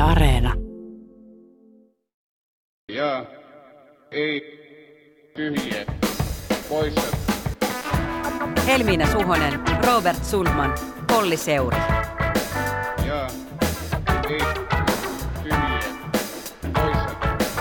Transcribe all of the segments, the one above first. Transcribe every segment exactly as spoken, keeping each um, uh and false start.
Areena. Ja ei tyhjiä poissa. Helmiina Suhonen, Robert Sundman, Olli Seuri. Ja ei tyhjiä poissa.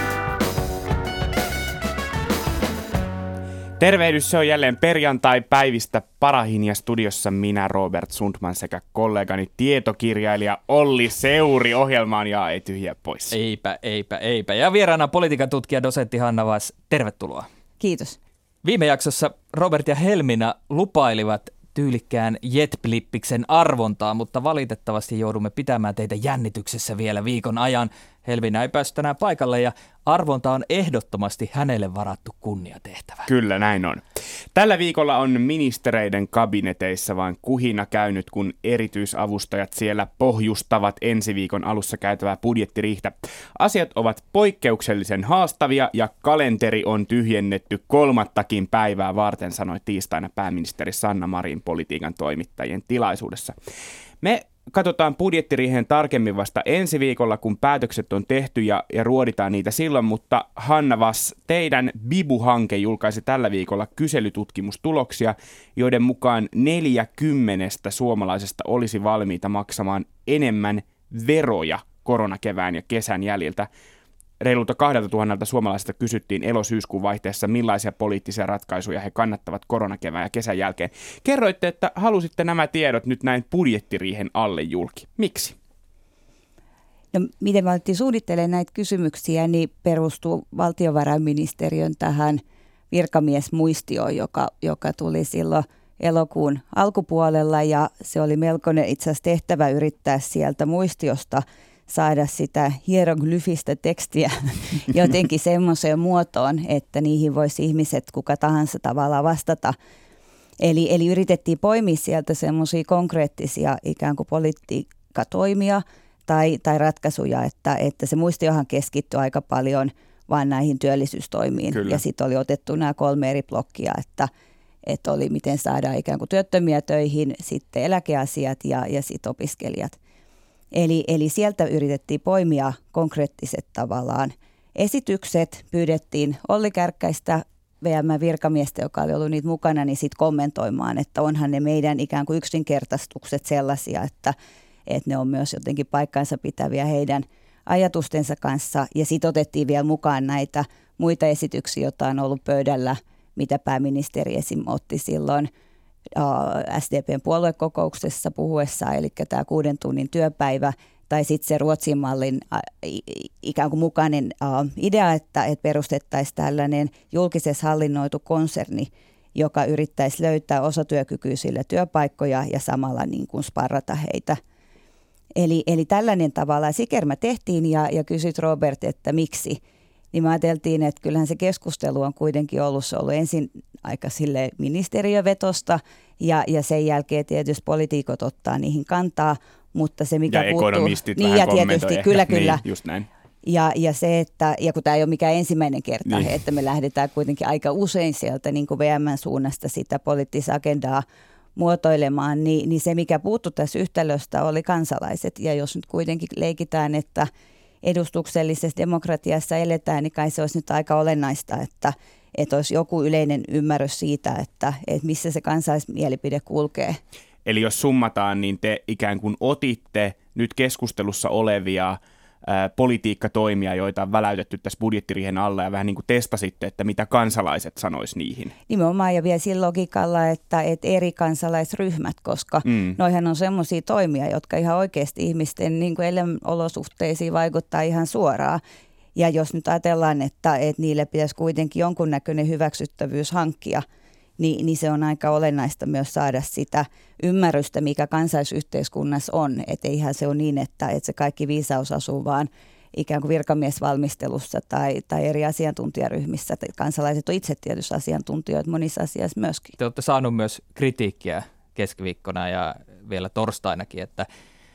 Tervehdys, se on jälleen perjantai-päivistä Parahin ja studiossa minä, Robert Sundman, sekä kollegani tietokirjailija Olli Seuri. Ohjelmaan ja ei tyhjiä pois. Eipä, eipä, eipä. Ja vieraana politiikan tutkija dosentti Hanna Vass, tervetuloa. Kiitos. Viime jaksossa Robert ja Helmiina lupailivat tyylikkään jetblippiksen arvontaa, mutta valitettavasti joudumme pitämään teitä jännityksessä vielä viikon ajan. Helmiina ei päässyt tänään paikalle ja arvonta on ehdottomasti hänelle varattu kunniatehtävä. Kyllä, näin on. Tällä viikolla on ministereiden kabineteissa vain kuhina käynyt, kun erityisavustajat siellä pohjustavat ensi viikon alussa käytävää budjettiriihtä. Asiat ovat poikkeuksellisen haastavia ja kalenteri on tyhjennetty kolmattakin päivää varten, sanoi tiistaina pääministeri Sanna Marin politiikan toimittajien tilaisuudessa. Me katsotaan budjettiriiheen tarkemmin vasta ensi viikolla, kun päätökset on tehty ja, ja ruoditaan niitä silloin, mutta Hanna Vass, teidän Bibu-hanke julkaisi tällä viikolla kyselytutkimustuloksia, joiden mukaan neljä kymmenestä suomalaisesta olisi valmiita maksamaan enemmän veroja koronakevään ja kesän jäljiltä. Reilulta kahdelta tuhannelta suomalaiselta kysyttiin elo-syyskuun vaihteessa, millaisia poliittisia ratkaisuja he kannattavat koronakevään ja kesän jälkeen. Kerroitte, että halusitte nämä tiedot nyt näin budjettiriihen alle julki. Miksi? No, miten me alettiin suunnittelemaan näitä kysymyksiä, niin perustuu valtiovarainministeriön tähän virkamiesmuistioon, joka, joka tuli silloin elokuun alkupuolella, ja se oli melkoinen itse asiassa tehtävä yrittää sieltä muistiosta saada sitä hieroglyfistä tekstiä jotenkin semmoiseen muotoon, että niihin voisi ihmiset kuka tahansa tavallaan vastata. Eli, eli yritettiin poimia sieltä semmoisia konkreettisia ikään kuin politiikkatoimia tai, tai ratkaisuja, että, että se muistiohan keskittyi aika paljon vain näihin työllisyystoimiin. Kyllä. Ja sitten oli otettu nämä kolme eri blokkia, että, että oli miten saadaan ikään kuin työttömiä töihin, sitten eläkeasiat ja, ja sitten opiskelijat. Eli, eli sieltä yritettiin poimia konkreettiset tavallaan esitykset, pyydettiin Olli Kärkkäistä, V M-virkamiestä, joka oli ollut niitä mukana, niin sitten kommentoimaan, että onhan ne meidän ikään kuin yksinkertaistukset sellaisia, että, että ne on myös jotenkin paikkansa pitäviä heidän ajatustensa kanssa. Ja sitten otettiin vielä mukaan näitä muita esityksiä, joita on ollut pöydällä, mitä pääministeri esim. Otti silloin S D P:n puoluekokouksessa puhuessa, eli tämä kuuden tunnin työpäivä, tai sitten se Ruotsin mallin ikään kuin mukainen idea, että, että perustettaisiin tällainen julkisessa hallinnoitu konserni, joka yrittäisi löytää osatyökykyisille työpaikkoja ja samalla niin kuin sparrata heitä. Eli, eli tällainen tavalla sikermä tehtiin ja, ja kysyt Robert, että miksi. Niin me ajateltiin, että kyllähän se keskustelu on kuitenkin ollut, se on ollut ensin aika sille ministeriövetosta ja, ja sen jälkeen tietysti poliitikot ottaa niihin kantaa, mutta se mikä ja puuttuu... ekonomistit niin, vähän ja tietysti, kommentoi kyllä, ehkä. kyllä. Niin, just näin. Ja, ja se, että, ja kun tämä ei ole mikään ensimmäinen kerta, niin. että me lähdetään kuitenkin aika usein sieltä niin kuin V M:n suunnasta sitä poliittista agendaa muotoilemaan, niin, niin se mikä puuttui tässä yhtälöstä oli kansalaiset. Ja jos nyt kuitenkin leikitään, että edustuksellisessa demokratiassa eletään, niin kai se olisi nyt aika olennaista, että, että olisi joku yleinen ymmärrys siitä, että, että missä se kansalaismielipide kulkee. Eli jos summataan, niin te ikään kuin otitte nyt keskustelussa olevia ää, politiikkatoimia, joita on väläytetty tässä budjettiriihen alla ja vähän niin kuin testasitte, että mitä kansalaiset sanois niihin. Nimenomaan ja vielä sillä logiikalla, että, että eri kansalaisryhmät, koska mm. noihän on semmoisia toimia, jotka ihan oikeasti ihmisten niin kuin elinolosuhteisiin vaikuttaa ihan suoraan. Ja jos nyt ajatellaan, että, että niille pitäisi kuitenkin jonkunnäköinen hyväksyttävyys hankkia, Niin, niin se on aika olennaista myös saada sitä ymmärrystä, mikä kansaisyhteiskunnassa on. Että eihän se ole niin, että, että se kaikki viisaus asuu vaan ikään kuin virkamiesvalmistelussa tai, tai eri asiantuntijaryhmissä. Kansalaiset on itse tietysti asiantuntijoita monissa asioissa myöskin. Te olette saaneet myös kritiikkiä keskiviikkona ja vielä torstainakin, että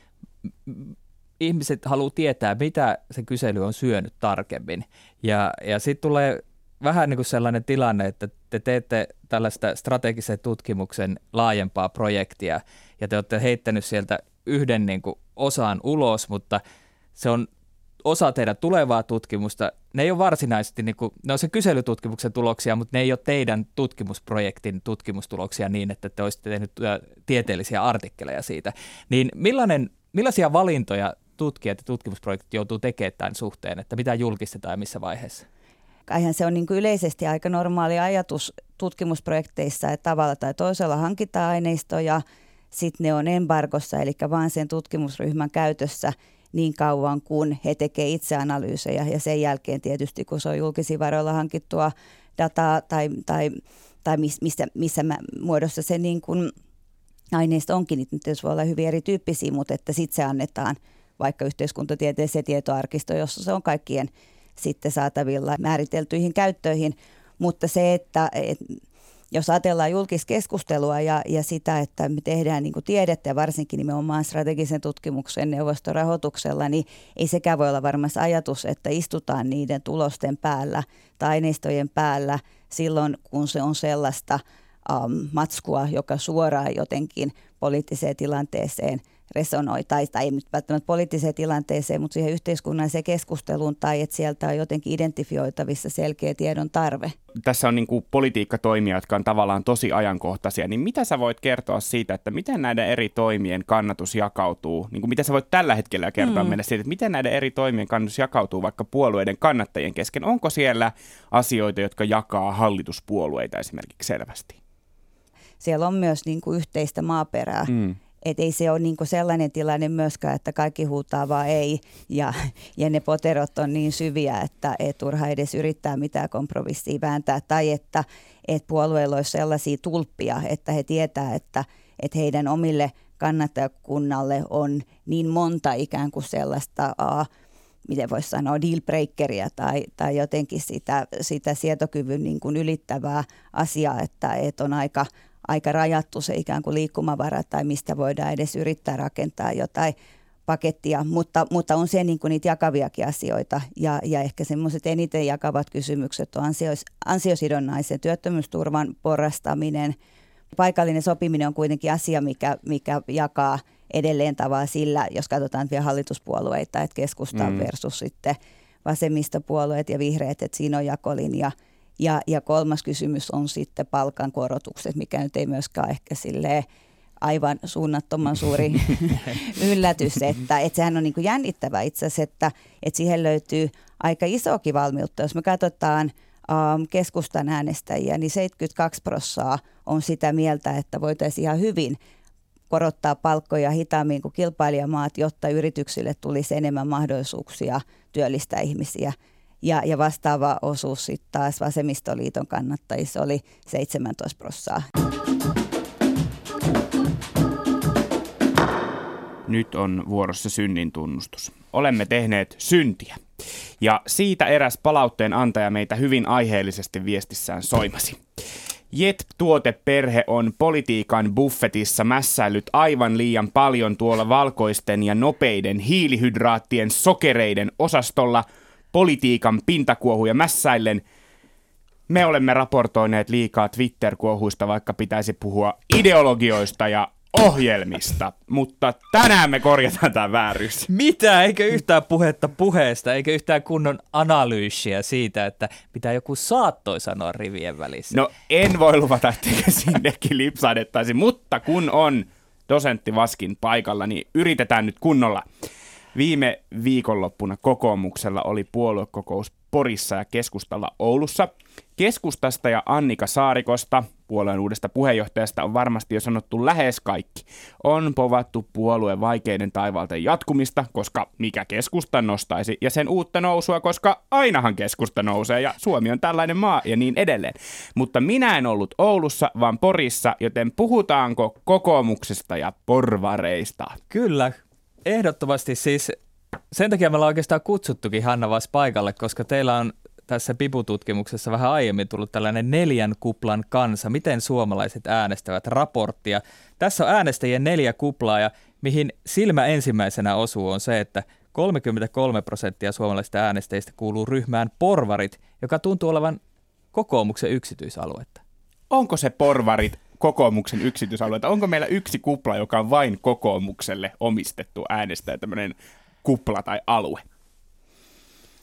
ihmiset haluaa tietää, mitä se kysely on syönyt tarkemmin. Ja, ja sitten tulee vähän niin kuin sellainen tilanne, että te teette tällaista strategisen tutkimuksen laajempaa projektia ja te olette heittänyt sieltä yhden niin kuin osan ulos, mutta se on osa teidän tulevaa tutkimusta. Ne ei ole varsinaisesti, niin kuin, ne on se kyselytutkimuksen tuloksia, mutta ne ei ole teidän tutkimusprojektin tutkimustuloksia niin, että te olisitte tehneet tieteellisiä artikkeleja siitä. Niin millainen, millaisia valintoja tutkijat ja tutkimusprojektit joutuu tekemään tämän suhteen, että mitä julkistetaan ja missä vaiheessa? Kaihan se on niin kuin yleisesti aika normaali ajatus tutkimusprojekteissa, että tavalla tai toisella hankitaan aineistoja, sitten ne on embargossa, eli vaan sen tutkimusryhmän käytössä niin kauan, kun he tekevät itseanalyysejä. Ja sen jälkeen tietysti, kun se on julkisia varoilla hankittua dataa tai, tai, tai missä, missä muodossa se niin kuin aineisto onkin, niin nyt voi olla hyvin erityyppisiä, mutta että sitten se annetaan vaikka yhteiskuntatieteeseen tietoarkisto, jossa se on kaikkien sitten saatavilla määriteltyihin käyttöihin. Mutta se, että et, jos ajatellaan julkista keskustelua ja, ja sitä, että me tehdään niin kuin tiedettä ja varsinkin nimenomaan strategisen tutkimuksen neuvostorahoituksella, niin ei sekään voi olla varmasti ajatus, että istutaan niiden tulosten päällä tai aineistojen päällä silloin, kun se on sellaista um, matskua, joka suoraan jotenkin poliittiseen tilanteeseen resonoi, tai, tai ei nyt välttämättä poliittiseen tilanteeseen, mutta siihen yhteiskunnalliseen keskusteluun, tai että sieltä on jotenkin identifioitavissa selkeä tiedon tarve. Tässä on niin kuin politiikkatoimia, jotka on tavallaan tosi ajankohtaisia, niin mitä sä voit kertoa siitä, että miten näiden eri toimien kannatus jakautuu, niin kuin mitä sä voit tällä hetkellä kertoa mm. meille siitä, että miten näiden eri toimien kannatus jakautuu vaikka puolueiden kannattajien kesken, onko siellä asioita, jotka jakaa hallituspuolueita esimerkiksi selvästi? Siellä on myös niin kuin yhteistä maaperää. Mm. Että ei se ole niinku sellainen tilanne myöskään, että kaikki huutaa vaan ei ja, ja ne poterot on niin syviä, että ei turha edes yrittää mitään kompromissia vääntää. Tai että et puolueilla olisi sellaisia tulppia, että he tietää, että et heidän omille kannattajakunnalle on niin monta ikään kuin sellaista, uh, miten voisi sanoa, dealbreakeria tai, tai jotenkin sitä, sitä sietokyvyn niin kuin ylittävää asiaa, että et on aika... aika rajattu se ikään kuin liikkumavara tai mistä voidaan edes yrittää rakentaa jotain pakettia, mutta, mutta on se niin kuin niitä jakaviakin asioita ja, ja ehkä semmoiset eniten jakavat kysymykset on ansios, ansiosidonnaisen työttömyysturvan porrastaminen. Paikallinen sopiminen on kuitenkin asia, mikä, mikä jakaa edelleen tavalla sillä, jos katsotaan vielä hallituspuolueita, että keskusta mm. versus sitten vasemmistopuolueet ja vihreät, että siinä on jakolinja. Ja, ja kolmas kysymys on sitten palkankorotukset, mikä nyt ei myöskään ehkä silleen aivan suunnattoman suuri yllätys, että, että sehän on niin kuin jännittävä itse asiassa, että, että siihen löytyy aika isokin valmiutta. Jos me katsotaan um, keskustan äänestäjiä, niin seitsemänkymmentäkaksi prosenttia on sitä mieltä, että voitaisiin ihan hyvin korottaa palkkoja hitaammin kuin kilpailijamaat, jotta yrityksille tulisi enemmän mahdollisuuksia työllistää ihmisiä. Ja, ja vastaava osuus sitten taas Vasemmistoliiton kannattajissa oli seitsemäntoista prosenttia. Nyt on vuorossa synnin tunnustus. Olemme tehneet syntiä. Ja siitä eräs palautteen antaja meitä hyvin aiheellisesti viestissään soimasi. Jet-tuoteperhe on politiikan buffetissa mässäillyt aivan liian paljon tuolla valkoisten ja nopeiden hiilihydraattien sokereiden osastolla politiikan pintakuohuja mässäillen. Me olemme raportoineet liikaa Twitter-kuohuista, vaikka pitäisi puhua ideologioista ja ohjelmista, mutta tänään me korjataan tämä vääryys. Mitä? Eikö yhtään puhetta puheesta, eikö yhtään kunnon analyysiä siitä, että mitä joku saattoi sanoa rivien välissä? No en voi luvata, etteikö sinnekin lipsahdettaisi, mutta kun on dosentti Vaskin paikalla, niin yritetään nyt kunnolla. Viime viikonloppuna kokoomuksella oli puoluekokous Porissa ja keskustalla Oulussa. Keskustasta ja Annika Saarikosta, puolueen uudesta puheenjohtajasta, on varmasti jo sanottu lähes kaikki. On povattu puolueen vaikeiden taivaalten jatkumista, koska mikä keskusta nostaisi, ja sen uutta nousua, koska ainahan keskusta nousee, ja Suomi on tällainen maa, ja niin edelleen. Mutta minä en ollut Oulussa, vaan Porissa, joten puhutaanko kokoomuksesta ja porvareista? Kyllä. Ehdottomasti siis, sen takia me ollaan oikeastaan kutsuttukin Hanna Vass paikalle, koska teillä on tässä Pipu-tutkimuksessa vähän aiemmin tullut tällainen neljän kuplan kansa, miten suomalaiset äänestävät raporttia. Tässä on äänestäjien neljä kuplaa ja mihin silmä ensimmäisenä osuu on se, että kolmekymmentäkolme prosenttia suomalaisista äänestäjistä kuuluu ryhmään porvarit, joka tuntuu olevan kokoomuksen yksityisaluetta. Onko se porvarit kokoomuksen yksityisalueita? Onko meillä yksi kupla, joka on vain kokoomukselle omistettu äänestäjä, tämmöinen kupla tai alue?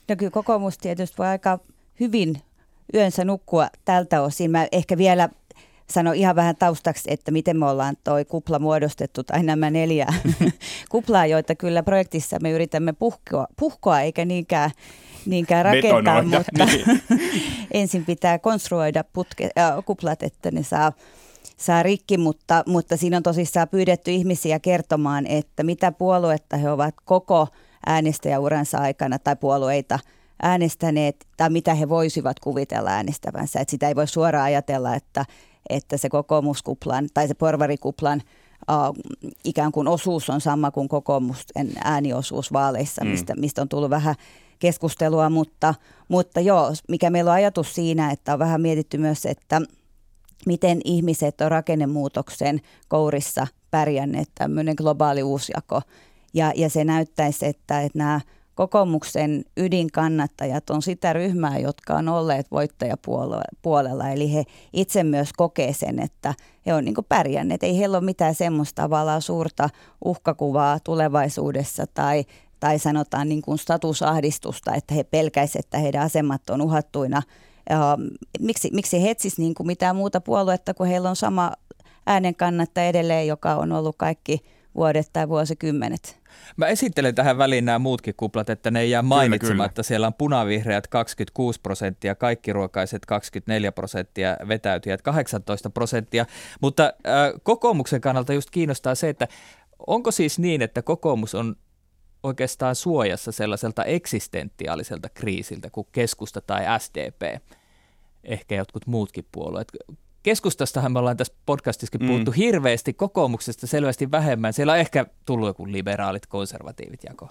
No kyllä kokoomus tietysti voi aika hyvin yönsä nukkua tältä osin. Mä ehkä vielä sanon ihan vähän taustaksi, että miten me ollaan toi kupla muodostettu, tai nämä neljä kuplaa, joita kyllä projektissa me yritämme puhkoa, puhkoa eikä niinkään, niinkään rakentaa, Betonoida, mutta niin. ensin pitää konstruoida putke, äh, kuplat, että ne saa, saa rikki, mutta, mutta siinä on tosissaan pyydetty ihmisiä kertomaan, että mitä puoluetta he ovat koko äänestäjäuransa aikana tai puolueita äänestäneet, tai mitä he voisivat kuvitella äänestävänsä. Että sitä ei voi suoraan ajatella, että että se kokoomuskuplan tai se porvarikuplan uh, ikään kuin osuus on sama kuin kokoomusten ääniosuus vaaleissa, mm. mistä, mistä on tullut vähän keskustelua, mutta, mutta joo, mikä meillä on ajatus siinä, että on vähän mietitty myös, että miten ihmiset on rakennemuutoksen kourissa pärjänneet, tämmöinen globaali uusjako, ja, ja se näyttäisi, että, että nämä kokoomuksen ydinkannattajat on sitä ryhmää, jotka on olleet voittajapuolella, eli he itse myös kokee sen, että he on niin kuin pärjänneet. Ei heillä ole mitään semmoista tavallaan suurta uhkakuvaa tulevaisuudessa tai, tai sanotaan niin kuin statusahdistusta, että he pelkäisivät, että heidän asemat on uhattuina. Ja miksi, miksi he etsisivät niin kuin mitään muuta puoluetta, kun heillä on sama äänenkannattaja edelleen, joka on ollut kaikki vuodet tai vuosikymmenet. Mä esittelen tähän väliin nämä muutkin kuplat, että ne ei jää mainitsematta. Kyllä, kyllä. Siellä on punavihreät kaksikymmentäkuusi prosenttia, kaikkiruokaiset kaksikymmentäneljä prosenttia, vetäytyjät kahdeksantoista prosenttia. Mutta äh, kokoomuksen kannalta just kiinnostaa se, että onko siis niin, että kokoomus on oikeastaan suojassa sellaiselta eksistentiaaliselta kriisiltä kuin keskusta tai S D P, ehkä jotkut muutkin puolueet. Keskustastahan me ollaan tässä podcastissakin puhuttu mm. hirveästi, kokoomuksesta selvästi vähemmän. Siellä on ehkä tullut joku liberaalit, konservatiivit jako.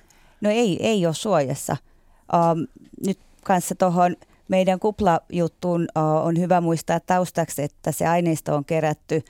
No ei, ei ole suojassa. Uh, nyt kanssa tuohon meidän kuplajuttuun uh, on hyvä muistaa taustaksi, että se aineisto on kerätty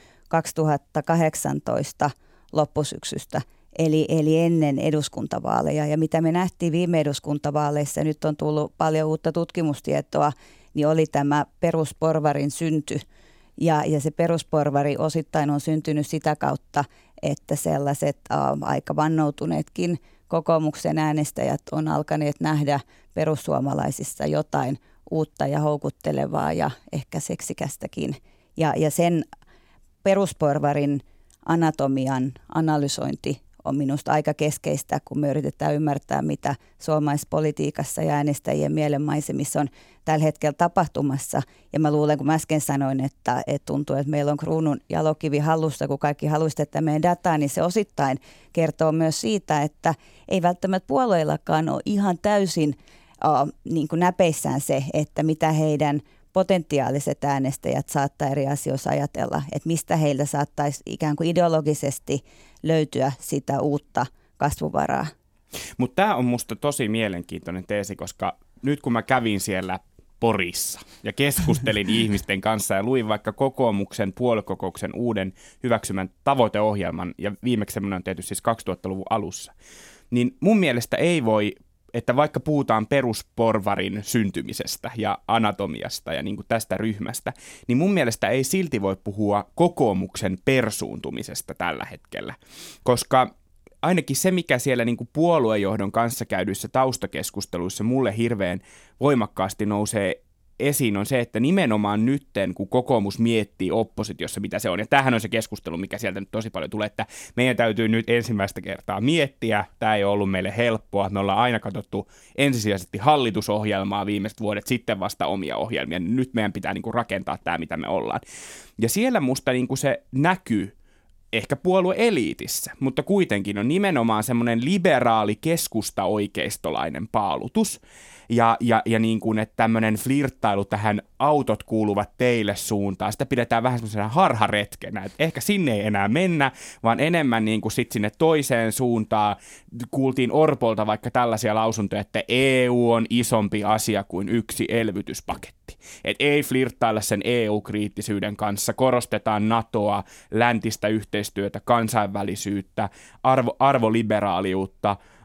kaksituhattakahdeksantoista loppusyksystä, eli, eli ennen eduskuntavaaleja. Ja mitä me nähtiin viime eduskuntavaaleissa, nyt on tullut paljon uutta tutkimustietoa, niin oli tämä perusporvarin synty. Ja, ja se perusporvari osittain on syntynyt sitä kautta, että sellaiset ä, aika vannoutuneetkin kokoomuksen äänestäjät on alkaneet nähdä perussuomalaisissa jotain uutta ja houkuttelevaa ja ehkä seksikästäkin. Ja, ja sen perusporvarin anatomian analysointi on minusta aika keskeistä, kun me yritetään ymmärtää, mitä suomalaispolitiikassa ja äänestäjien mielenmaisemissa on tällä hetkellä tapahtumassa. Ja mä luulen, kun mä äsken sanoin, että, että tuntuu, että meillä on kruunun jalokivi hallussa, kun kaikki haluaisivat tätä meidän dataa, niin se osittain kertoo myös siitä, että ei välttämättä puolueillakaan ole ihan täysin uh, niin kuin näpeissään se, että mitä heidän potentiaaliset äänestäjät saattaa eri asioissa ajatella, että mistä heiltä saattaisi ikään kuin ideologisesti löytyä sitä uutta kasvuvaraa. Mutta tämä on musta tosi mielenkiintoinen teesi, koska nyt kun mä kävin siellä Porissa ja keskustelin ihmisten kanssa ja luin vaikka kokoomuksen puoluekokouksen uuden hyväksymän tavoiteohjelman, ja viimeksi semmoinen on tehty siis kaksituhattaluvun alussa, niin mun mielestä ei voi, että vaikka puhutaan perusporvarin syntymisestä ja anatomiasta ja niin kuin tästä ryhmästä, niin mun mielestä ei silti voi puhua kokoomuksen persuuntumisesta tällä hetkellä, koska ainakin se, mikä siellä niin kuin puoluejohdon kanssa käydyissä taustakeskusteluissa mulle hirveän voimakkaasti nousee esiin, on se, että nimenomaan nytten, kun kokoomus miettii oppositiossa, mitä se on, ja tämähän on se keskustelu, mikä sieltä nyt tosi paljon tulee, että meidän täytyy nyt ensimmäistä kertaa miettiä, tämä ei ole ollut meille helppoa, me ollaan aina katsottu ensisijaisesti hallitusohjelmaa viimeiset vuodet, sitten vasta omia ohjelmia, niin nyt meidän pitää niin kuin rakentaa tämä, mitä me ollaan. Ja siellä musta niin kuin se näkyy, ehkä puolueeliitissä, mutta kuitenkin on nimenomaan semmoinen liberaali keskusta-oikeistolainen paalutus. Ja, ja, ja niin kuin, että tämmöinen flirttailu tähän autot kuuluvat teille suuntaan, sitä pidetään vähän semmoisena harharetkenä, että ehkä sinne ei enää mennä, vaan enemmän niin kuin sit sinne toiseen suuntaan. Kuultiin Orpolta vaikka tällaisia lausuntoja, että E U on isompi asia kuin yksi elvytyspaketti. Että ei flirttailla sen E U-kriittisyyden kanssa, korostetaan NATOa, läntistä yhteistyötä, kansainvälisyyttä, arvo, arvoliberaaliutta,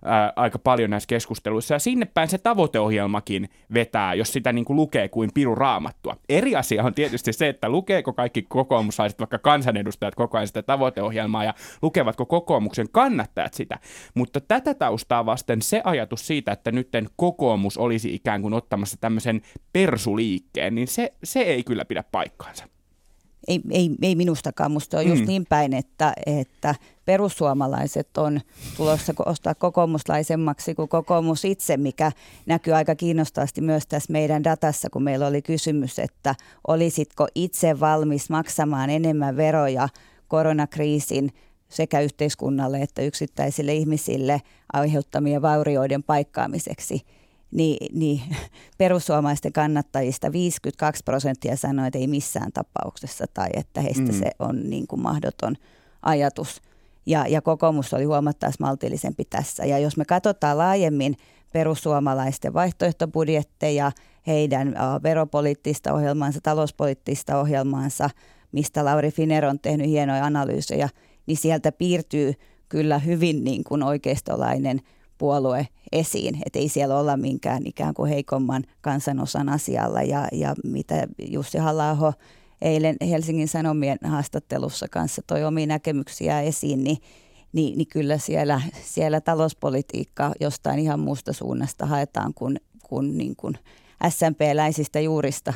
ää, aika paljon näissä keskusteluissa. Ja sinne päin se tavoiteohjelmakin vetää, jos sitä niin kuin lukee kuin piru raamattua. Eri asia on tietysti se, että lukeeko kaikki kokoomuslaiset, vaikka kansanedustajat koko ajan sitä tavoiteohjelmaa ja lukevatko kokoomuksen kannattajat sitä. Mutta tätä taustaa vasten se ajatus siitä, että nytten kokoomus olisi ikään kuin ottamassa tämmöisen persuliikkeen, niin se, se ei kyllä pidä paikkaansa. Ei, ei, ei minustakaan. Musta on just mm. niin päin, että, että perussuomalaiset on tulossa ostaa kokoomuslaisemmaksi kuin kokoomus itse, mikä näkyy aika kiinnostavasti myös tässä meidän datassa, kun meillä oli kysymys, että olisitko itse valmis maksamaan enemmän veroja koronakriisin sekä yhteiskunnalle että yksittäisille ihmisille aiheuttamien vaurioiden paikkaamiseksi. Niin, niin perussuomalaisten kannattajista viisikymmentäkaksi prosenttia sanoi, että ei missään tapauksessa tai että heistä mm. se on niin kuin mahdoton ajatus. Ja, ja kokoomus oli huomattavasti maltillisempi tässä. Ja jos me katsotaan laajemmin perussuomalaisten vaihtoehtobudjetteja, heidän uh, veropoliittista ohjelmaansa, talouspoliittista ohjelmaansa, mistä Lauri Finer on tehnyt hienoja analyysejä, niin sieltä piirtyy kyllä hyvin niin kuin oikeistolainen puolue esiin, että ei siellä olla minkään ikään kuin heikomman kansanosan asialla ja, ja mitä Jussi Halla-aho eilen Helsingin Sanomien haastattelussa kanssa toi omia näkemyksiä esiin, niin, niin, niin kyllä siellä, siellä talouspolitiikkaa jostain ihan muusta suunnasta haetaan kuin, kuin, niin kuin S M P-läisistä juurista.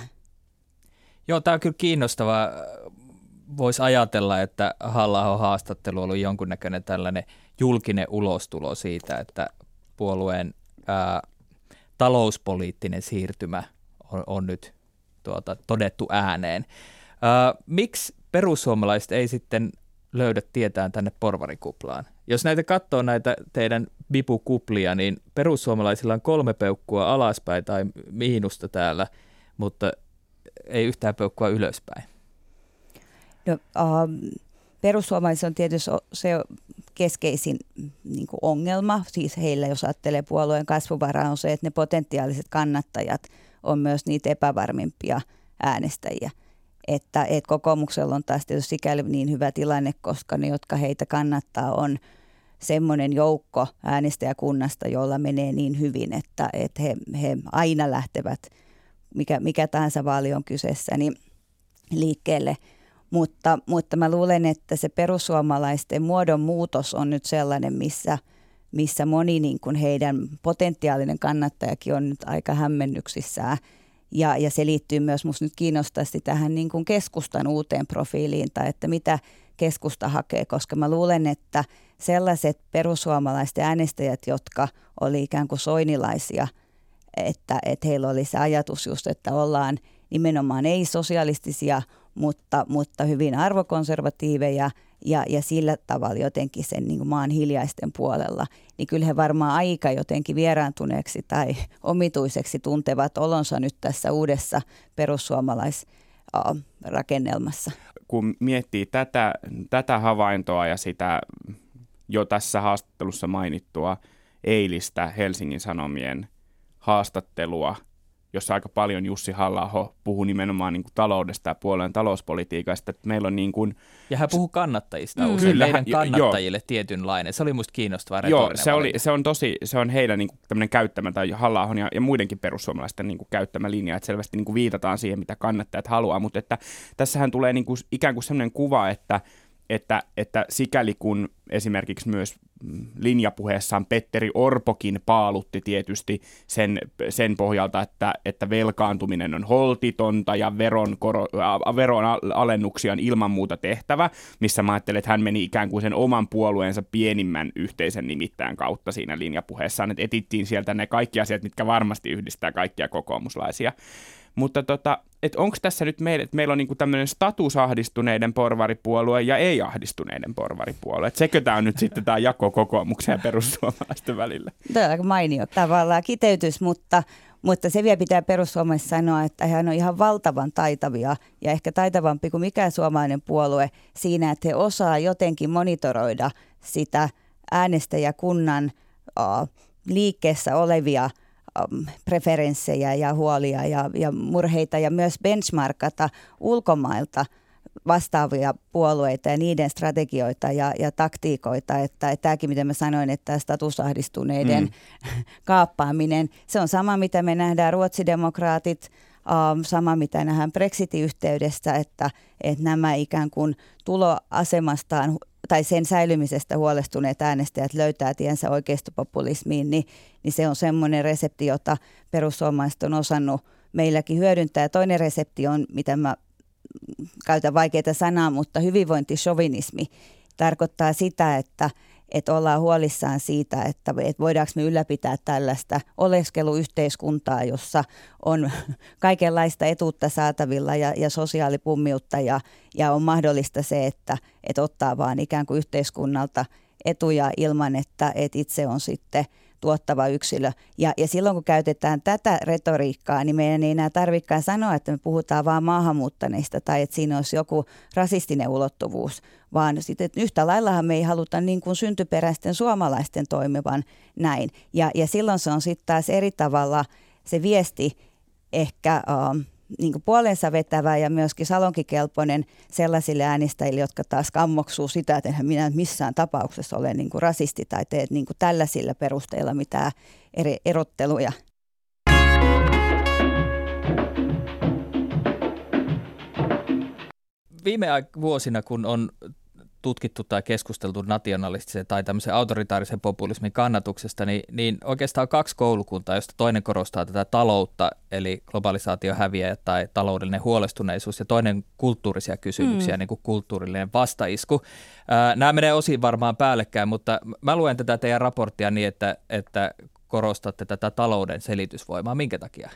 Joo, tämä on kyllä kiinnostavaa. Voisi ajatella, että Halla-ahon haastattelu on ollut jonkunnäköinen tällainen julkinen ulostulo siitä, että puolueen ää, talouspoliittinen siirtymä on, on nyt tuota, todettu ääneen. Ää, miksi perussuomalaiset ei sitten löydä tietään tänne porvarikuplaan? Jos näitä katsoo näitä teidän bipukuplia, niin perussuomalaisilla on kolme peukkua alaspäin tai miinusta täällä, mutta ei yhtään peukkua ylöspäin. No, um, perussuomalaiset on tietysti se keskeisin niin kuin ongelma, siis heillä jos ajattelee puolueen kasvuvaraa on se, että ne potentiaaliset kannattajat on myös niitä epävarmimpia äänestäjiä. Että, että kokoomuksella on taas tietysti sikäli niin hyvä tilanne, koska ne, jotka heitä kannattaa, on semmoinen joukko äänestäjäkunnasta, jolla menee niin hyvin, että, että he, he aina lähtevät, mikä, mikä tahansa vaali on kyseessä, niin liikkeelle. Mutta, mutta mä luulen, että se perussuomalaisten muodon muutos on nyt sellainen, missä, missä moni niin kuin heidän potentiaalinen kannattajakin on nyt aika hämmennyksissään. Ja, ja se liittyy myös musta nyt kiinnostavasti tähän niin kuin keskustan uuteen profiiliin tai että mitä keskusta hakee, koska mä luulen, että sellaiset perussuomalaisten äänestäjät, jotka oli ikään kuin soinilaisia, että, että heillä oli se ajatus just, että ollaan nimenomaan ei sosialistisia, mutta, mutta hyvin arvokonservatiiveja ja, ja sillä tavalla jotenkin sen niin kuin maan hiljaisten puolella, niin kyllä he varmaan aika jotenkin vieraantuneeksi tai omituiseksi tuntevat olonsa nyt tässä uudessa perussuomalaisrakennelmassa. Kun miettii tätä, tätä havaintoa ja sitä jo tässä haastattelussa mainittua eilistä Helsingin Sanomien haastattelua, jossa aika paljon Jussi Halla-aho puhui nimenomaan niin kuin taloudesta ja puolueen talouspolitiikasta. Että meillä on niin kuin... Ja hän puhui kannattajista mm. usein, Kyllä, meidän kannattajille jo. tietynlainen. Se oli musta kiinnostava Joo, se, oli, se on tosi, se on heidän niin kuin tämmöinen käyttämä, tai Halla-ahon ja, ja muidenkin perussuomalaisten niin kuin käyttämä linja, että selvästi niin kuin viitataan siihen, mitä kannattajat haluaa, mutta että tässähän tulee niin kuin ikään kuin sellainen kuva, että Että, että sikäli kun esimerkiksi myös linjapuheessaan Petteri Orpokin paalutti tietysti sen, sen pohjalta, että, että velkaantuminen on holtitonta ja veron, koro, veron alennuksia on ilman muuta tehtävä, missä mä ajattelen, että hän meni ikään kuin sen oman puolueensa pienimmän yhteisen nimittäjän kautta siinä linjapuheessaan, että etittiin sieltä ne kaikki asiat, mitkä varmasti yhdistää kaikkia kokoomuslaisia. Mutta tota, että onko tässä nyt meillä, että meillä on niinku tämmöinen statusahdistuneiden porvaripuolue ja ei-ahdistuneiden porvaripuolue. Että sekö tämä on nyt sitten tämä jako kokoomuksen ja perussuomalaisten välillä? Tämä on aika mainio tavallaan kiteytys, mutta, mutta se vielä pitää perussuomalaisissa sanoa, että he on ihan valtavan taitavia ja ehkä taitavampi kuin mikään suomalainen puolue siinä, että he osaa jotenkin monitoroida sitä äänestäjäkunnan uh, liikkeessä olevia preferenssejä ja huolia ja, ja murheita ja myös benchmarkata ulkomailta vastaavia puolueita ja niiden strategioita ja, ja taktiikoita, että, että tämäkin, mitä mä sanoin, että statusahdistuneiden mm. kaappaaminen, se on sama, mitä me nähdään ruotsidemokraatit, um, sama, mitä nähdään Brexitin yhteydessä, että, että nämä ikään kuin tuloasemastaan tai sen säilymisestä huolestuneet äänestäjät löytää tiensä oikeistopopulismiin, niin, niin se on semmoinen resepti, jota perussuomalaiset on osannut meilläkin hyödyntää. Ja toinen resepti on, mitä mä käytän vaikeita sanaa, mutta hyvinvointishovinismi tarkoittaa sitä, että, että ollaan huolissaan siitä, että, että voidaanko me ylläpitää tällaista oleskeluyhteiskuntaa, jossa on kaikenlaista etuutta saatavilla ja, ja sosiaalipummiutta ja, ja on mahdollista se, että, että ottaa vaan ikään kuin yhteiskunnalta etuja ilman, että, että itse on sitten tuottava yksilö. Ja, ja silloin kun käytetään tätä retoriikkaa, niin meidän ei enää tarvitsekaan sanoa, että me puhutaan vaan maahanmuuttaneista tai että siinä olisi joku rasistinen ulottuvuus, vaan sitten että yhtä laillahan me ei haluta niin kuin syntyperäisten suomalaisten toimivan näin. Ja, ja silloin se on sitten taas eri tavalla se viesti ehkä Uh, niin kuin puolensa vetävä ja myöskin salonkikelpoinen sellaisille äänestäjille, jotka taas kammoksuu sitä, että enhän minä missään tapauksessa ole niin kuin rasisti tai teet niin kuin tällaisilla perusteilla mitään eri erotteluja. Viime vuosina, kun on tutkittu tai keskusteltu nationalistisen tai tämmöisen autoritaarisen populismin kannatuksesta, niin, niin oikeastaan kaksi koulukuntaa, josta toinen korostaa tätä taloutta, eli globalisaatio häviää tai taloudellinen huolestuneisuus, ja toinen kulttuurisia kysymyksiä, mm. niin kuin kulttuurillinen vastaisku. Ää, nämä menee osin varmaan päällekkäin, mutta mä luen tätä teidän raporttia niin, että, että korostatte tätä talouden selitysvoimaa. Minkä takia?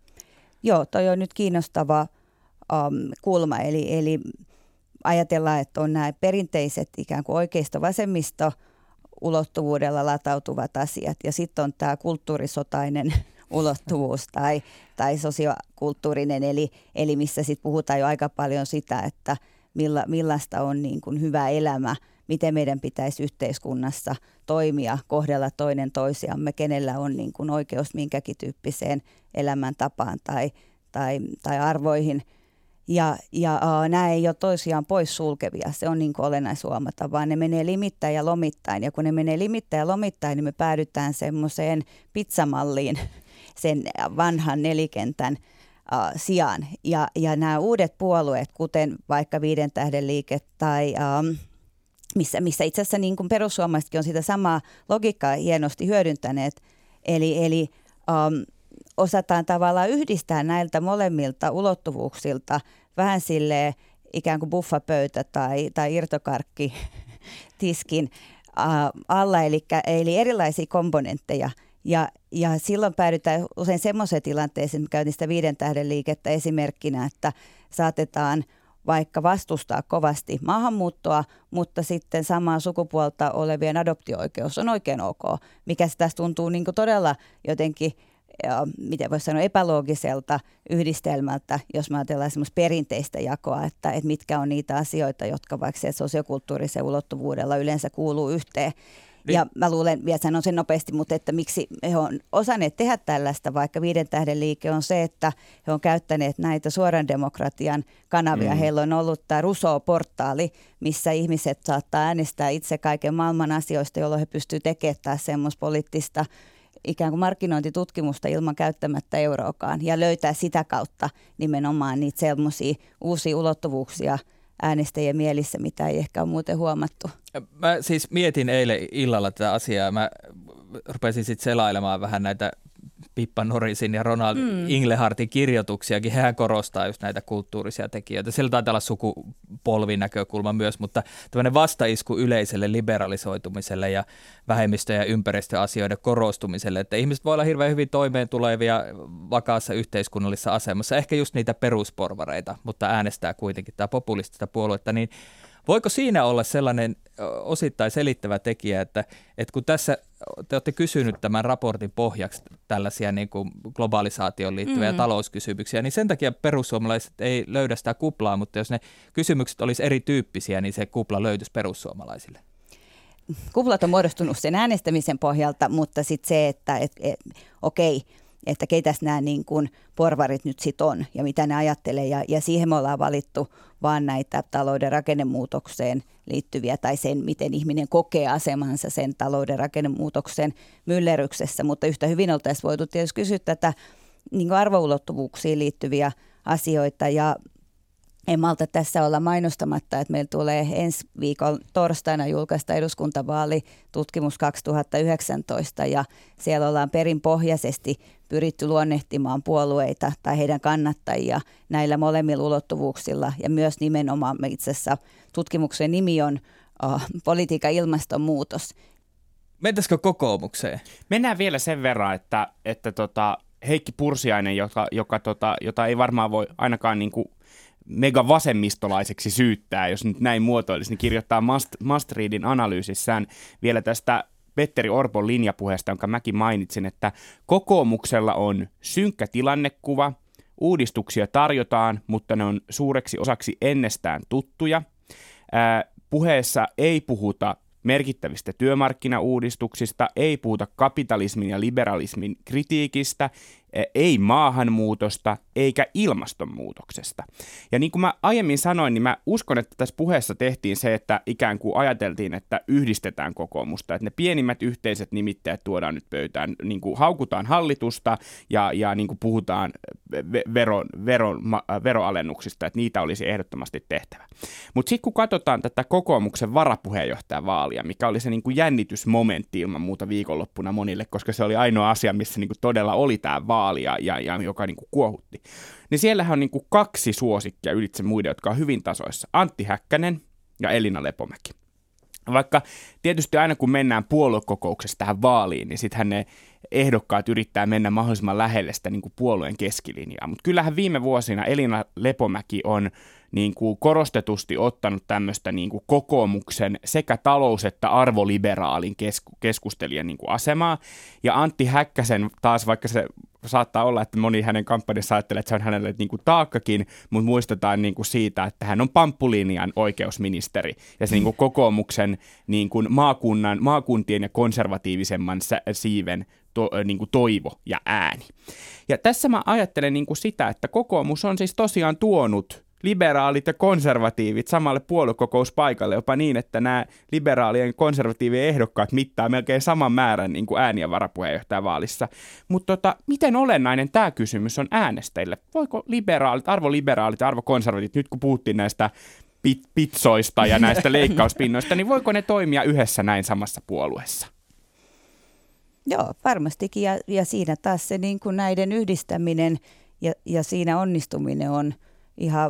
Joo, toi on nyt kiinnostava um, kulma, eli, eli ajatellaan, että on nämä perinteiset ikään kuin oikeisto-vasemmisto ulottuvuudella latautuvat asiat ja sitten on tämä kulttuurisotainen ulottuvuus tai, tai sosiokulttuurinen, eli, eli missä sitten puhutaan jo aika paljon sitä, että milla, millaista on niin kuin hyvä elämä, miten meidän pitäisi yhteiskunnassa toimia, kohdella toinen toisiamme, kenellä on niin kuin oikeus minkäkin tyyppiseen elämäntapaan tai, tai, tai arvoihin. Ja, ja uh, nämä ei ole toisiaan pois sulkevia, se on niin kuin olennaista huomata, vaan ne menee limittäin ja lomittain. Ja kun ne menee limittäin ja lomittain, niin me päädytään semmoiseen pizzamalliin sen vanhan nelikentän uh, sijaan. Ja, ja nämä uudet puolueet, kuten vaikka Viiden tähden liike tai um, missä, missä itse asiassa niin kuin perussuomalaisetkin on sitä samaa logiikkaa hienosti hyödyntäneet, eli, eli um, osataan tavallaan yhdistää näiltä molemmilta ulottuvuuksilta vähän silleen ikään kuin buffapöytä tai, tai irtokarkki tiskin äh, alla, eli, eli erilaisia komponentteja. Ja, ja silloin päädytään usein semmoiseen tilanteeseen, että käytin sitä Viiden tähden liikettä esimerkkinä, että saatetaan vaikka vastustaa kovasti maahanmuuttoa, mutta sitten samaa sukupuolta olevien adoptio-oikeus on oikein ok, mikä se tässä tuntuu niin kuin todella jotenkin, ja, miten voisi sanoa, epäloogiselta yhdistelmältä, jos me ajatellaan semmoista perinteistä jakoa, että, että mitkä on niitä asioita, jotka vaikka se sosiokulttuurisen ulottuvuudella yleensä kuuluu yhteen. Niin. Ja mä luulen, vielä sanon sen nopeasti, mutta että miksi he on osanneet tehdä tällaista, vaikka Viiden tähden liike on se, että he on käyttäneet näitä suoran demokratian kanavia. Mm. Heillä on ollut tämä Rousseau-portaali, missä ihmiset saattaa äänestää itse kaiken maailman asioista, jolloin he pystyvät tekemään taas semmoista poliittista ikään kuin markkinointitutkimusta ilman käyttämättä euroakaan ja löytää sitä kautta nimenomaan niitä semmoisia uusia ulottuvuuksia äänestäjien mielissä, mitä ei ehkä ole muuten huomattu. Mä siis mietin eilen illalla tätä asiaa. Mä rupesin sitten selailemaan vähän näitä Pippa Norisin ja Ronald mm. Inglehartin kirjoituksiakin. Hehän korostaa just näitä kulttuurisia tekijöitä. Siellä taitaa olla sukupolvinäkökulma myös, mutta tämmöinen vastaisku yleiselle liberalisoitumiselle ja vähemmistö- ja ympäristöasioiden korostumiselle, että ihmiset voi olla hirveän hyvin toimeen tulevia vakaassa yhteiskunnallisessa asemassa, ehkä just niitä perusporvareita, mutta äänestää kuitenkin tämä populistista puoluetta, niin voiko siinä olla sellainen osittain selittävä tekijä, että, että kun tässä te olette kysynyt tämän raportin pohjaksi tällaisia niin kuin globalisaatioon liittyviä mm. talouskysymyksiä, niin sen takia perussuomalaiset ei löydä sitä kuplaa, mutta jos ne kysymykset olisi erityyppisiä, niin se kupla löytyisi perussuomalaisille. Kuplat on muodostunut sen äänestämisen pohjalta, mutta sitten se, että et, et, okei, että keitäs nämä niin kuin porvarit nyt sitten on ja mitä ne ajattelee. Ja, ja siihen me ollaan valittu vaan näitä talouden rakennemuutokseen liittyviä tai sen, miten ihminen kokee asemansa sen talouden rakennemuutoksen myllerryksessä. Mutta yhtä hyvin oltaisiin voitu tietysti kysyä tätä niin kuin arvoulottuvuuksiin liittyviä asioita ja en malta tässä olla mainostamatta, että meillä tulee ensi viikon torstaina julkaista eduskuntavaalitutkimus kaksituhattayhdeksäntoista ja siellä ollaan perinpohjaisesti pyritty luonnehtimaan puolueita tai heidän kannattajia näillä molemmilla ulottuvuuksilla ja myös nimenomaan itse asiassa tutkimuksen nimi on oh, politiikan ilmastonmuutos. Mentäisikö kokoomukseen? Mennään vielä sen verran, että, että tota Heikki Pursiainen, joka, joka tota, jota ei varmaan voi ainakaan niin kuin mega vasemmistolaiseksi syyttää, jos nyt näin muotoilisi, niin kirjoittaa Must, Must Readin analyysissään vielä tästä Petteri Orpon linjapuheesta, jonka mäkin mainitsin, että kokoomuksella on synkkä tilannekuva, uudistuksia tarjotaan, mutta ne on suureksi osaksi ennestään tuttuja. Ää, puheessa ei puhuta merkittävistä työmarkkinauudistuksista, ei puhuta kapitalismin ja liberalismin kritiikistä, ei maahanmuutosta eikä ilmastonmuutoksesta. Ja niin kuin mä aiemmin sanoin, niin mä uskon, että tässä puheessa tehtiin se, että ikään kuin ajateltiin, että yhdistetään kokoomusta, että ne pienimmät yhteiset nimittäjät tuodaan nyt pöytään, niin kuin haukutaan hallitusta ja, ja niin kuin puhutaan vero, vero, veroalennuksista, että niitä olisi ehdottomasti tehtävä. Mutta sitten kun katsotaan tätä kokoomuksen varapuheenjohtajan vaalia, mikä oli se niin kuin jännitysmomentti ilman muuta viikonloppuna monille, koska se oli ainoa asia, missä niin kuin todella oli tämä vaali, Ja, ja, ja joka niin kuin kuohutti. Niin siellähän on niin kuin kaksi suosikkia ylitse muiden, jotka on hyvin tasoissa. Antti Häkkänen ja Elina Lepomäki. Vaikka tietysti aina kun mennään puoluekokouksessa tähän vaaliin, niin sittenhän ne ehdokkaat yrittää mennä mahdollisimman lähelle sitä niin kuin puolueen keskilinjaa. Mutta kyllähän viime vuosina Elina Lepomäki on niin kuin korostetusti ottanut tämmöistä niin kuin kokoomuksen sekä talous- että arvoliberaalin kesku- keskustelijan niin kuin asemaa. Ja Antti Häkkäsen taas, vaikka se saattaa olla, että moni hänen kampanjassa ajattelee, että se on hänelle niin kuin taakkakin, mutta muistetaan niin kuin siitä, että hän on pamppulinjan oikeusministeri. Ja se niin kuin kokoomuksen niin kuin maakunnan, maakuntien ja konservatiivisemman siiven to, niin kuin toivo ja ääni. Ja tässä mä ajattelen niin kuin sitä, että kokoomus on siis tosiaan tuonut liberaalit ja konservatiivit samalle puoluekokouspaikalle, jopa niin, että nämä liberaalien ja konservatiivien ehdokkaat mittaa melkein saman määrän niin kuin ääniä varapuheenjohtajavaalissa. Mutta tota, miten olennainen tämä kysymys on äänestäjille? Voiko liberaalit, arvoliberaalit ja arvokonservatiivit, nyt kun puhuttiin näistä pit- pitsoista ja näistä leikkauspinnoista, niin voiko ne toimia yhdessä näin samassa puolueessa? Joo, varmastikin. Ja, ja siinä taas se niin kuin näiden yhdistäminen ja, ja siinä onnistuminen on ihan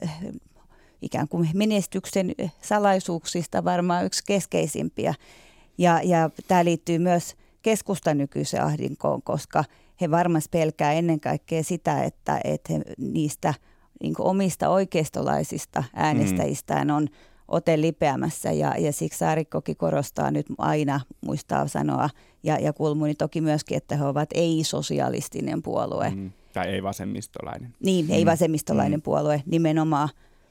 ikään kuin menestyksen salaisuuksista varmaan yksi keskeisimpiä. Ja, ja tämä liittyy myös keskustan nykyiseen ahdinkoon, koska he varmasti pelkää ennen kaikkea sitä, että, että he niistä niin kuin omista oikeistolaisista äänestäjistään on ote lipeämässä. Ja, ja siksi Saarikkokin korostaa nyt aina, muistaa sanoa, ja, ja Kulmuni toki myöskin, että he ovat ei-sosialistinen puolue. Mm. Tai ei vasemmistolainen. Niin, ei vasemmistolainen mm. puolue nimenomaan,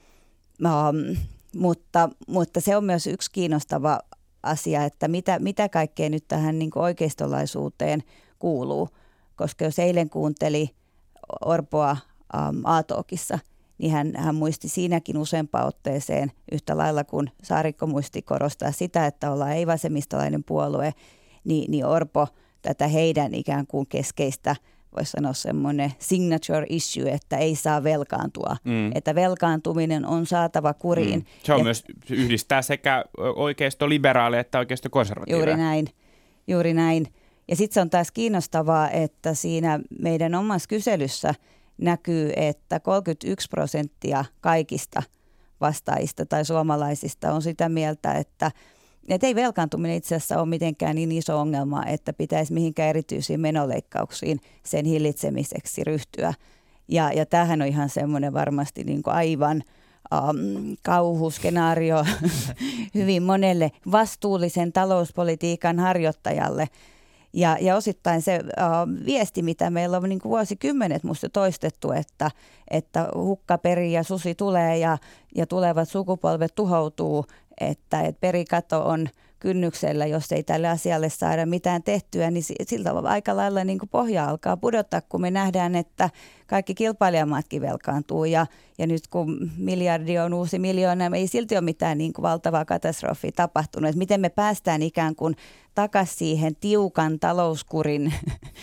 um, mutta, mutta se on myös yksi kiinnostava asia, että mitä, mitä kaikkea nyt tähän niin kuin oikeistolaisuuteen kuuluu, koska jos eilen kuunteli Orpoa um, A-talkissa, niin hän, hän muisti siinäkin useampaan otteeseen yhtä lailla kuin Saarikko muisti korostaa sitä, että ollaan ei vasemmistolainen puolue, niin, niin Orpo tätä heidän ikään kuin keskeistä voisi sanoa semmoinen signature issue, että ei saa velkaantua. Mm. Että velkaantuminen on saatava kuriin. Mm. Se on ja myös yhdistää sekä oikeisto-liberaaleja että oikeisto-konservatiiveja. Juuri näin, juuri näin. Ja sitten se on taas kiinnostavaa, että siinä meidän omassa kyselyssä näkyy, että kolmekymmentäyksi prosenttia kaikista vastaajista tai suomalaisista on sitä mieltä, että Että ei velkaantuminen itse asiassa ole mitenkään niin iso ongelma, että pitäisi mihinkään erityisiin menoleikkauksiin sen hillitsemiseksi ryhtyä. Ja, ja tämähän on ihan semmoinen varmasti niin kuin aivan um, kauhuskenaario hyvin monelle vastuullisen talouspolitiikan harjoittajalle. Ja, ja osittain se uh, viesti, mitä meillä on niin kuin vuosikymmenet musta toistettu, että, että hukka perii ja susi tulee ja, ja tulevat sukupolvet tuhoutuu, että, että perikato on kynnyksellä, jos ei tälle asialle saada mitään tehtyä, niin siltä aika lailla niin kuin pohja alkaa pudottaa, kun me nähdään, että kaikki kilpailijamaatkin velkaantuu ja, ja nyt kun miljardi on uusi miljoona, ei silti ole mitään niin kuin valtavaa katastrofia tapahtunut. Että miten me päästään ikään kuin takaisin siihen tiukan talouskurin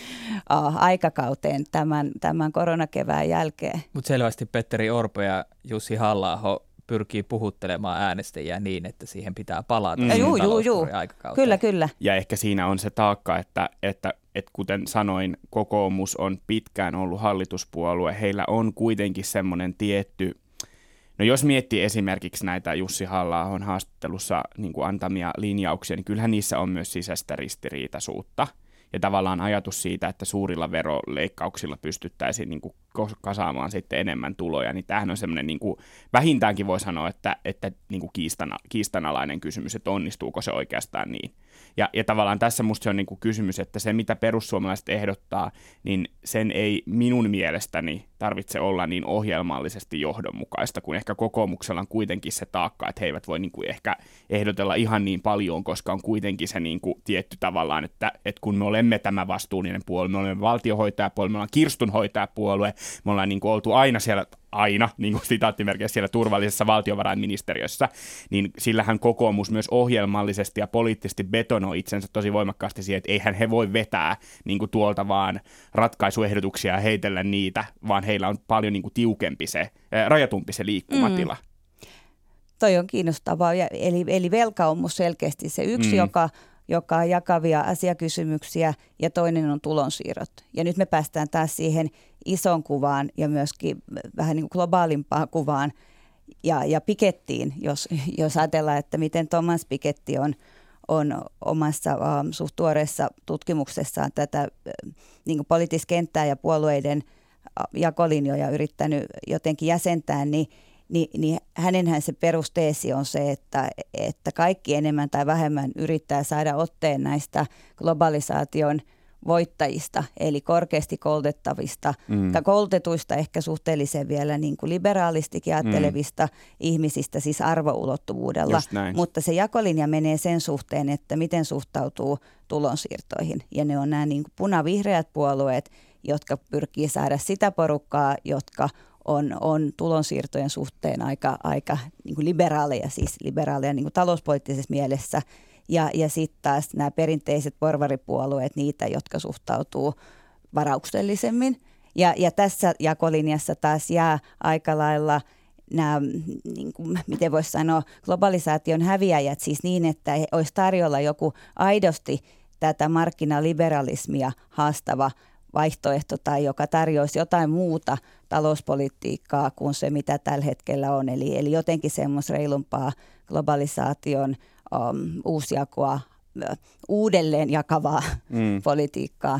aikakauteen tämän, tämän koronakevään jälkeen. Mutta selvästi Petteri Orpo ja Jussi Halla-aho pyrkii puhuttelemaan äänestäjiä niin, että siihen pitää palata. Mm. Juu, juu, juu. Kyllä, kyllä. Ja ehkä siinä on se taakka, että, että, että kuten sanoin, kokoomus on pitkään ollut hallituspuolue. Heillä on kuitenkin semmoinen tietty, no jos miettii esimerkiksi näitä Jussi Halla-ahon haastattelussa niin kuin antamia linjauksia, niin kyllähän niissä on myös sisäistä ristiriitaisuutta. Ja tavallaan ajatus siitä, että suurilla veroleikkauksilla pystyttäisiin niin kuin kasaamaan sitten enemmän tuloja, niin tämähän on semmoinen niin kuin, vähintäänkin voi sanoa, että, että niin kuin kiistana, kiistanalainen kysymys, että onnistuuko se oikeastaan niin. Ja, ja tavallaan tässä musta se on niin kuin kysymys, että se mitä perussuomalaiset ehdottaa, niin sen ei minun mielestäni tarvitse olla niin ohjelmallisesti johdonmukaista, kun ehkä kokoomuksella on kuitenkin se taakka, että he eivät voi niin kuin ehkä ehdotella ihan niin paljon, koska on kuitenkin se niin kuin tietty tavallaan, että, että kun me olemme tämä vastuullinen puolue, me olemme valtiohoitajapuolue, me ollaan kirstunhoitajapuolue, me ollaan niin kuin oltu aina siellä, aina, niin kuin sitaattimerkeissä siellä turvallisessa valtiovarainministeriössä, niin sillähän kokoomus myös ohjelmallisesti ja poliittisesti betonoi itsensä tosi voimakkaasti siihen, että eihän he voi vetää niin kuin tuolta vaan ratkaisuehdotuksia ja heitellä niitä, vaan heillä on paljon niin kuin tiukempi se, ää, rajatumpi se liikkumatila. Mm. Toi on kiinnostavaa, eli, eli velka on musta selkeästi se yksi, mm. joka joka on jakavia asiakysymyksiä ja toinen on tulonsiirrot. Ja nyt me päästään taas siihen ison kuvaan ja myöskin vähän niin kuin globaalimpaan kuvaan ja, ja Pikettiin, jos, jos ajatellaan, että miten Thomas Piketty on, on omassa um, suht tuoreessa tutkimuksessaan tätä uh, niin kuin poliittista kenttää ja puolueiden uh, jakolinjoja yrittänyt jotenkin jäsentää, niin Niin, niin hänenhän se perusteesi on se, että, että kaikki enemmän tai vähemmän yrittää saada otteen näistä globalisaation voittajista, eli korkeasti koulutettavista, mm. tai koulutetuista ehkä suhteellisen vielä niin kuin liberaalistikin ajattelevista mm. ihmisistä, siis arvoulottuvuudella. Mutta se jakolinja menee sen suhteen, että miten suhtautuu tulonsiirtoihin. Ja ne on nämä niin kuin punavihreät puolueet, jotka pyrkii saada sitä porukkaa, jotka on, on tulonsiirtojen suhteen aika, aika niin kuin liberaaleja, siis liberaaleja niin kuin talouspoliittisessa mielessä. Ja, ja sitten taas nämä perinteiset porvaripuolueet, niitä, jotka suhtautuu varauksellisemmin. Ja, ja tässä jakolinjassa taas jää aika lailla nämä, niin kuin, miten voisi sanoa, globalisaation häviäjät, siis niin, että olisi tarjolla joku aidosti tätä markkinaliberalismia haastava vaihtoehto tai joka tarjoaisi jotain muuta talouspolitiikkaa kuin se, mitä tällä hetkellä on. Eli, eli jotenkin semmoista reilumpaa globalisaation um, uusjakoa, uh, uudelleen jakavaa mm. politiikkaa.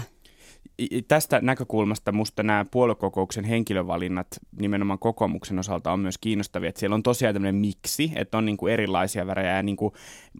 Tästä näkökulmasta musta nämä puoluekokouksen henkilövalinnat nimenomaan kokoomuksen osalta on myös kiinnostavia, että siellä on tosiaan tämmöinen miksi, että on niin kuin erilaisia värejä ja niin kuin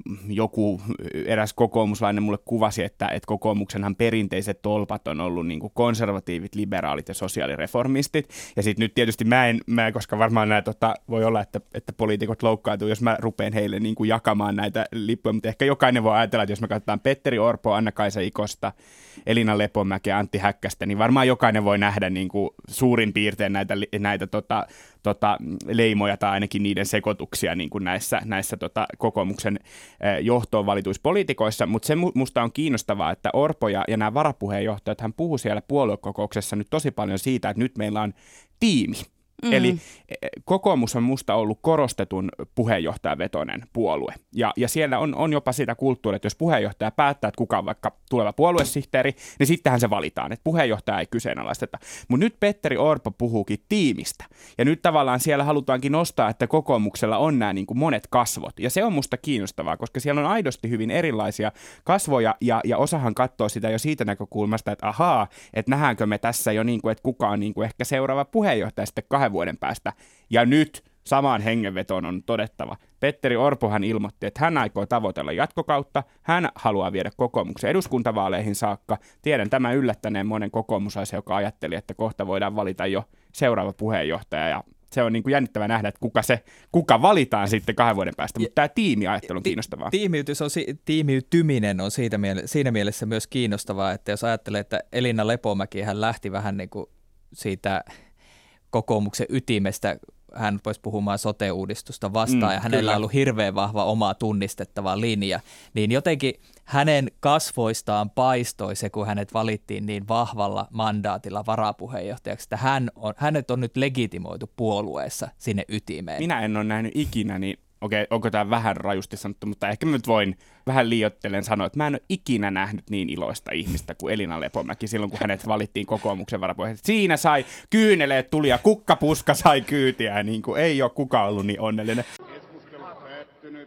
joku eräs kokoomuslainen mulle kuvasi, että, että kokoomuksenhan perinteiset tolpat on ollut niin kuin konservatiivit, liberaalit ja sosiaalireformistit ja sitten nyt tietysti mä en, mä, koska varmaan nämä tota, voi olla, että, että poliitikot loukkaantuu, jos mä rupean heille niin kuin jakamaan näitä lippuja, mutta ehkä jokainen voi ajatella, että jos me katsotaan Petteri Orpoa, Anna-Kaisa Ikosta, Elina Lepomäkeä, Antti Häkkästä, niin varmaan jokainen voi nähdä niin kuin suurin piirtein näitä, näitä tota, tota, leimoja tai ainakin niiden sekoituksia niin kuin näissä, näissä tota, kokoomuksen eh, johtoon valituissa poliitikoissa, mutta se musta on kiinnostavaa, että Orpo ja, ja nämä varapuheenjohtajat, hän puhui siellä puoluekokouksessa nyt tosi paljon siitä, että nyt meillä on tiimi. Mm. Eli kokoomus on musta ollut korostetun puheenjohtajavetoinen puolue. Ja, ja siellä on, on jopa sitä kulttuuria, että jos puheenjohtaja päättää, että kuka on vaikka tuleva puoluesihteeri, niin sittenhän se valitaan, että puheenjohtaja ei kyseenalaisteta. Mutta nyt Petteri Orpo puhuukin tiimistä. Ja nyt tavallaan siellä halutaankin nostaa, että kokoomuksella on nämä niin kuin monet kasvot. Ja se on musta kiinnostavaa, koska siellä on aidosti hyvin erilaisia kasvoja, ja, ja osahan katsoo sitä jo siitä näkökulmasta, että ahaa, että nähdäänkö me tässä jo, niin kuin, että kuka on niin kuin ehkä seuraava puheenjohtaja sitten kahden vuoden päästä. Ja nyt samaan hengenvetoon on todettava. Petteri Orpohan ilmoitti, että hän aikoo tavoitella jatkokautta. Hän haluaa viedä kokoomuksen eduskuntavaaleihin saakka. Tiedän tämän yllättäneen monen kokoomuslaisen, joka ajatteli, että kohta voidaan valita jo seuraava puheenjohtaja. Ja se on niin kuin jännittävää nähdä, että kuka, se, kuka valitaan sitten kahden vuoden päästä, mutta tämä tiimiajattelu on kiinnostavaa. Tiimiytys on, tiimiytyminen on siitä miele- siinä mielessä myös kiinnostavaa, että jos ajattelee, että Elina Lepomäki hän lähti vähän niin kuin siitä kokoomuksen ytimestä, hän voisi puhumaan sote-uudistusta vastaan, mm, ja hänellä kyllä. on ollut hirveän vahva oma tunnistettava linja, niin jotenkin hänen kasvoistaan paistoi se, kun hänet valittiin niin vahvalla mandaatilla varapuheenjohtajaksi, että hän on, hänet on nyt legitimoitu puolueessa sinne ytimeen. Minä en ole nähnyt ikinä, niin okei, onko tämä vähän rajusti sanottu, mutta ehkä mä nyt voin vähän liioittelen sanoa, että mä en ole ikinä nähnyt niin iloista ihmistä kuin Elina Lepomäki silloin, kun hänet valittiin kokoomuksen varapuheenjohtajaksi. Siinä sai kyyneleet tuli ja kukkapuska sai kyytiä, ja niin kuin ei ole kukaan ollut niin onnellinen. Keskustelu päättynyt.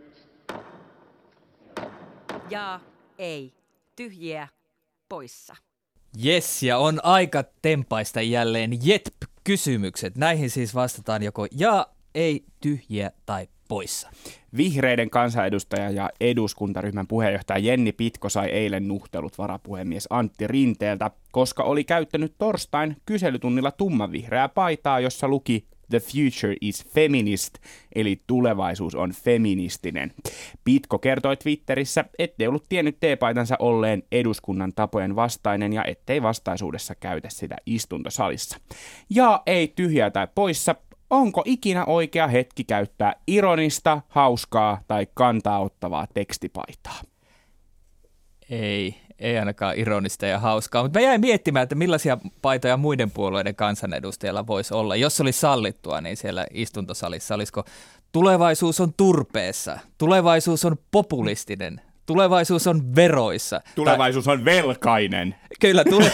Ja ei. Tyhjiä poissa. Jes, ja on aika tempaista jälleen J E T P-kysymykset. Näihin siis vastataan joko ja, ei, tyhjiä tai poissa. Vihreiden kansanedustaja ja eduskuntaryhmän puheenjohtaja Jenni Pitko sai eilen nuhtelut varapuhemies Antti Rinteeltä, koska oli käyttänyt torstain kyselytunnilla tummanvihreää paitaa, jossa luki The future is feminist, eli tulevaisuus on feministinen. Pitko kertoi Twitterissä, ettei ollut tiennyt teepaitansa olleen eduskunnan tapojen vastainen ja ettei vastaisuudessa käytä sitä istuntosalissa. Ja ei tyhjää tai poissa. Onko ikinä oikea hetki käyttää ironista, hauskaa tai kantaa ottavaa tekstipaitaa? Ei, ei ainakaan ironista ja hauskaa, mutta mä jäin miettimään, että millaisia paitoja muiden puolueiden kansanedustajilla voisi olla. Jos olisi sallittua, niin siellä istuntosalissa olisiko tulevaisuus on turpeessa, tulevaisuus on populistinen, tulevaisuus on veroissa. Tulevaisuus on velkainen. Kyllä, tule-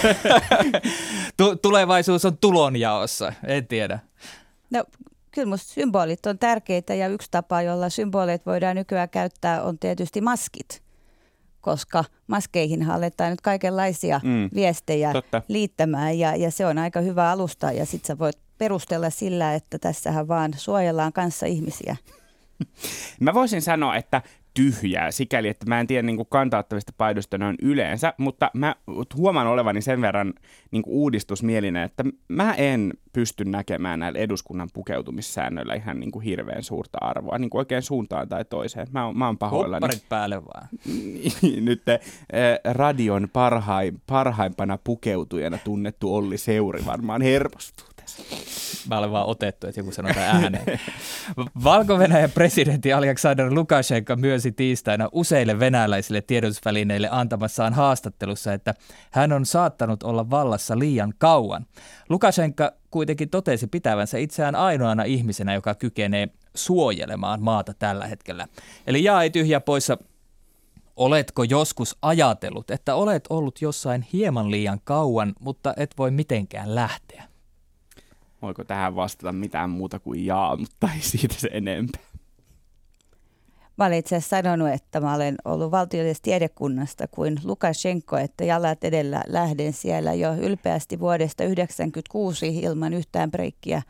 tulevaisuus on tulonjaossa, en tiedä. No, kyllä musta symbolit on tärkeitä ja yksi tapa, jolla symboleita voidaan nykyään käyttää, on tietysti maskit, koska maskeihin aletaan nyt kaikenlaisia mm, viestejä totta. liittämään ja, ja se on aika hyvä alusta ja sit sä voit perustella sillä, että tässähän vaan suojellaan kanssa ihmisiä. Mä voisin sanoa, että tyhjää, sikäli, että mä en tiedä niin kuin kantauttavista paidoista noin yleensä, mutta mä huomaan olevani sen verran niin kuin uudistusmielinen, että mä en pysty näkemään näillä eduskunnan pukeutumissäännöillä ihan niin kuin hirveän suurta arvoa, niin kuin oikein suuntaan tai toiseen. Mä oon, mä oon pahoillani. Hopparit päälle vaan. Nyt eh, radion parhaim, parhaimpana pukeutujana tunnettu Olli Seuri varmaan hermostuu tässä. Mä olen vaan otettu, että joku sanoo ääneen. Valko-Venäjän presidentti Aljaksandr Lukashenka myönsi tiistaina useille venäläisille tiedotusvälineille antamassaan haastattelussa, että hän on saattanut olla vallassa liian kauan. Lukashenka kuitenkin totesi pitävänsä itseään ainoana ihmisenä, joka kykenee suojelemaan maata tällä hetkellä. Eli jaa ei tyhjä poissa. Oletko joskus ajatellut, että olet ollut jossain hieman liian kauan, mutta et voi mitenkään lähteä? Voiko tähän vastata mitään muuta kuin jaa, mutta ei siitä se enempää. Mä olen itse asiassa sanonut, että mä olen ollut valtiollisesta tiedekunnasta kuin Lukashenko, että jalat edellä lähden siellä jo ylpeästi vuodesta yhdeksänkymmentäkuusi ilman yhtään breikkiä.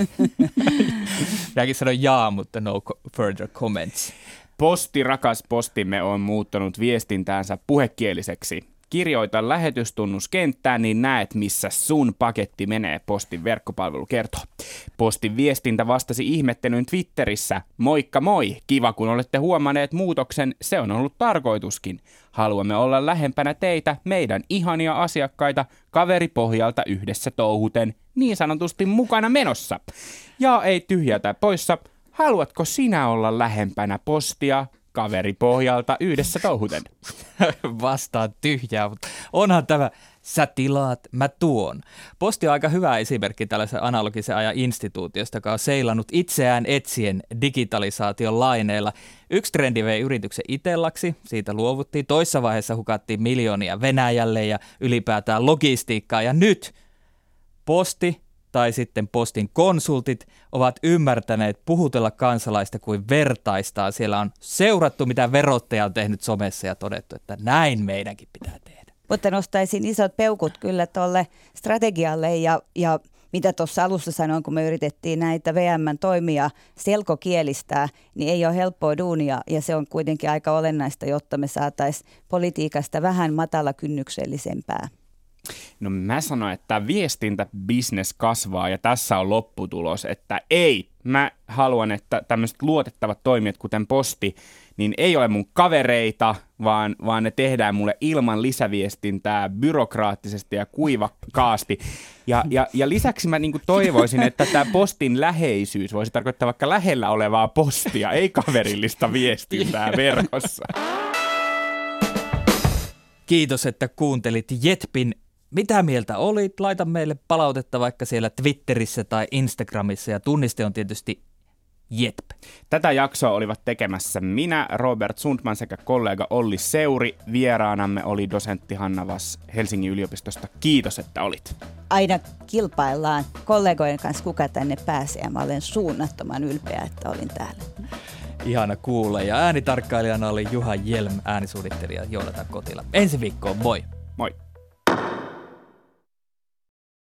Minäkin sanon jaa, mutta no further comments. Posti, rakas postimme, on muuttanut viestintäänsä puhekieliseksi. Kirjoita lähetystunnus kenttään, niin näet, missä sun paketti menee, Postin verkkopalvelu kertoo. Postin viestintä vastasi ihmettelyyn Twitterissä. Moikka moi, kiva kun olette huomanneet muutoksen, se on ollut tarkoituskin. Haluamme olla lähempänä teitä, meidän ihania asiakkaita, kaveripohjalta yhdessä touhuten, niin sanotusti mukana menossa. Ja ei tyhjää tai poissa, haluatko sinä olla lähempänä Postia? Kaveripohjalta yhdessä touhuten. Vastaan tyhjää, mutta onhan tämä, sä tilaat, mä tuon. Posti on aika hyvä esimerkki tällaisen analogisen ajan instituutiosta, joka on seilannut itseään etsien digitalisaation laineilla. Yksi trendi vei yrityksen Itellaksi, siitä luovuttiin. Toissa vaiheessa hukattiin miljoonia Venäjälle ja ylipäätään logistiikkaa. Ja nyt Posti tai sitten Postin konsultit ovat ymmärtäneet puhutella kansalaista kuin vertaistaan. Siellä on seurattu, mitä verottaja on tehnyt somessa ja todettu, että näin meidänkin pitää tehdä. Mutta nostaisin isot peukut kyllä tuolle strategialle ja, ja mitä tuossa alussa sanoin, kun me yritettiin näitä V M:n toimia selkokielistää, niin ei ole helppoa duunia ja se on kuitenkin aika olennaista, jotta me saataisiin politiikasta vähän matalakynnyksellisempää. No mä sanoin, että viestintäbusiness kasvaa ja tässä on lopputulos, että ei. Mä haluan, että tämmöiset luotettavat toimijat, kuten Posti, niin ei ole mun kavereita, vaan, vaan ne tehdään mulle ilman lisäviestintää byrokraattisesti ja kuivakkaasti. Ja, ja, ja lisäksi mä niinku toivoisin, että tämä Postin läheisyys voisi tarkoittaa vaikka lähellä olevaa postia, ei kaverillista viestintää verkossa. Kiitos, että kuuntelit Jetpin. Mitä mieltä olit? Laita meille palautetta vaikka siellä Twitterissä tai Instagramissa ja tunniste on tietysti Jetp. Tätä jaksoa olivat tekemässä minä, Robert Sundman sekä kollega Olli Seuri. Vieraanamme oli dosentti Hanna Vass Helsingin yliopistosta. Kiitos, että olit. Aina kilpaillaan kollegojen kanssa, kuka tänne pääsee ja mä olen suunnattoman ylpeä, että olin täällä. Ihana kuulla ja äänitarkkailijana oli Juha Jelm, äänisuunnittelija Joonatan Kotila. Ensi viikkoon, moi! Moi!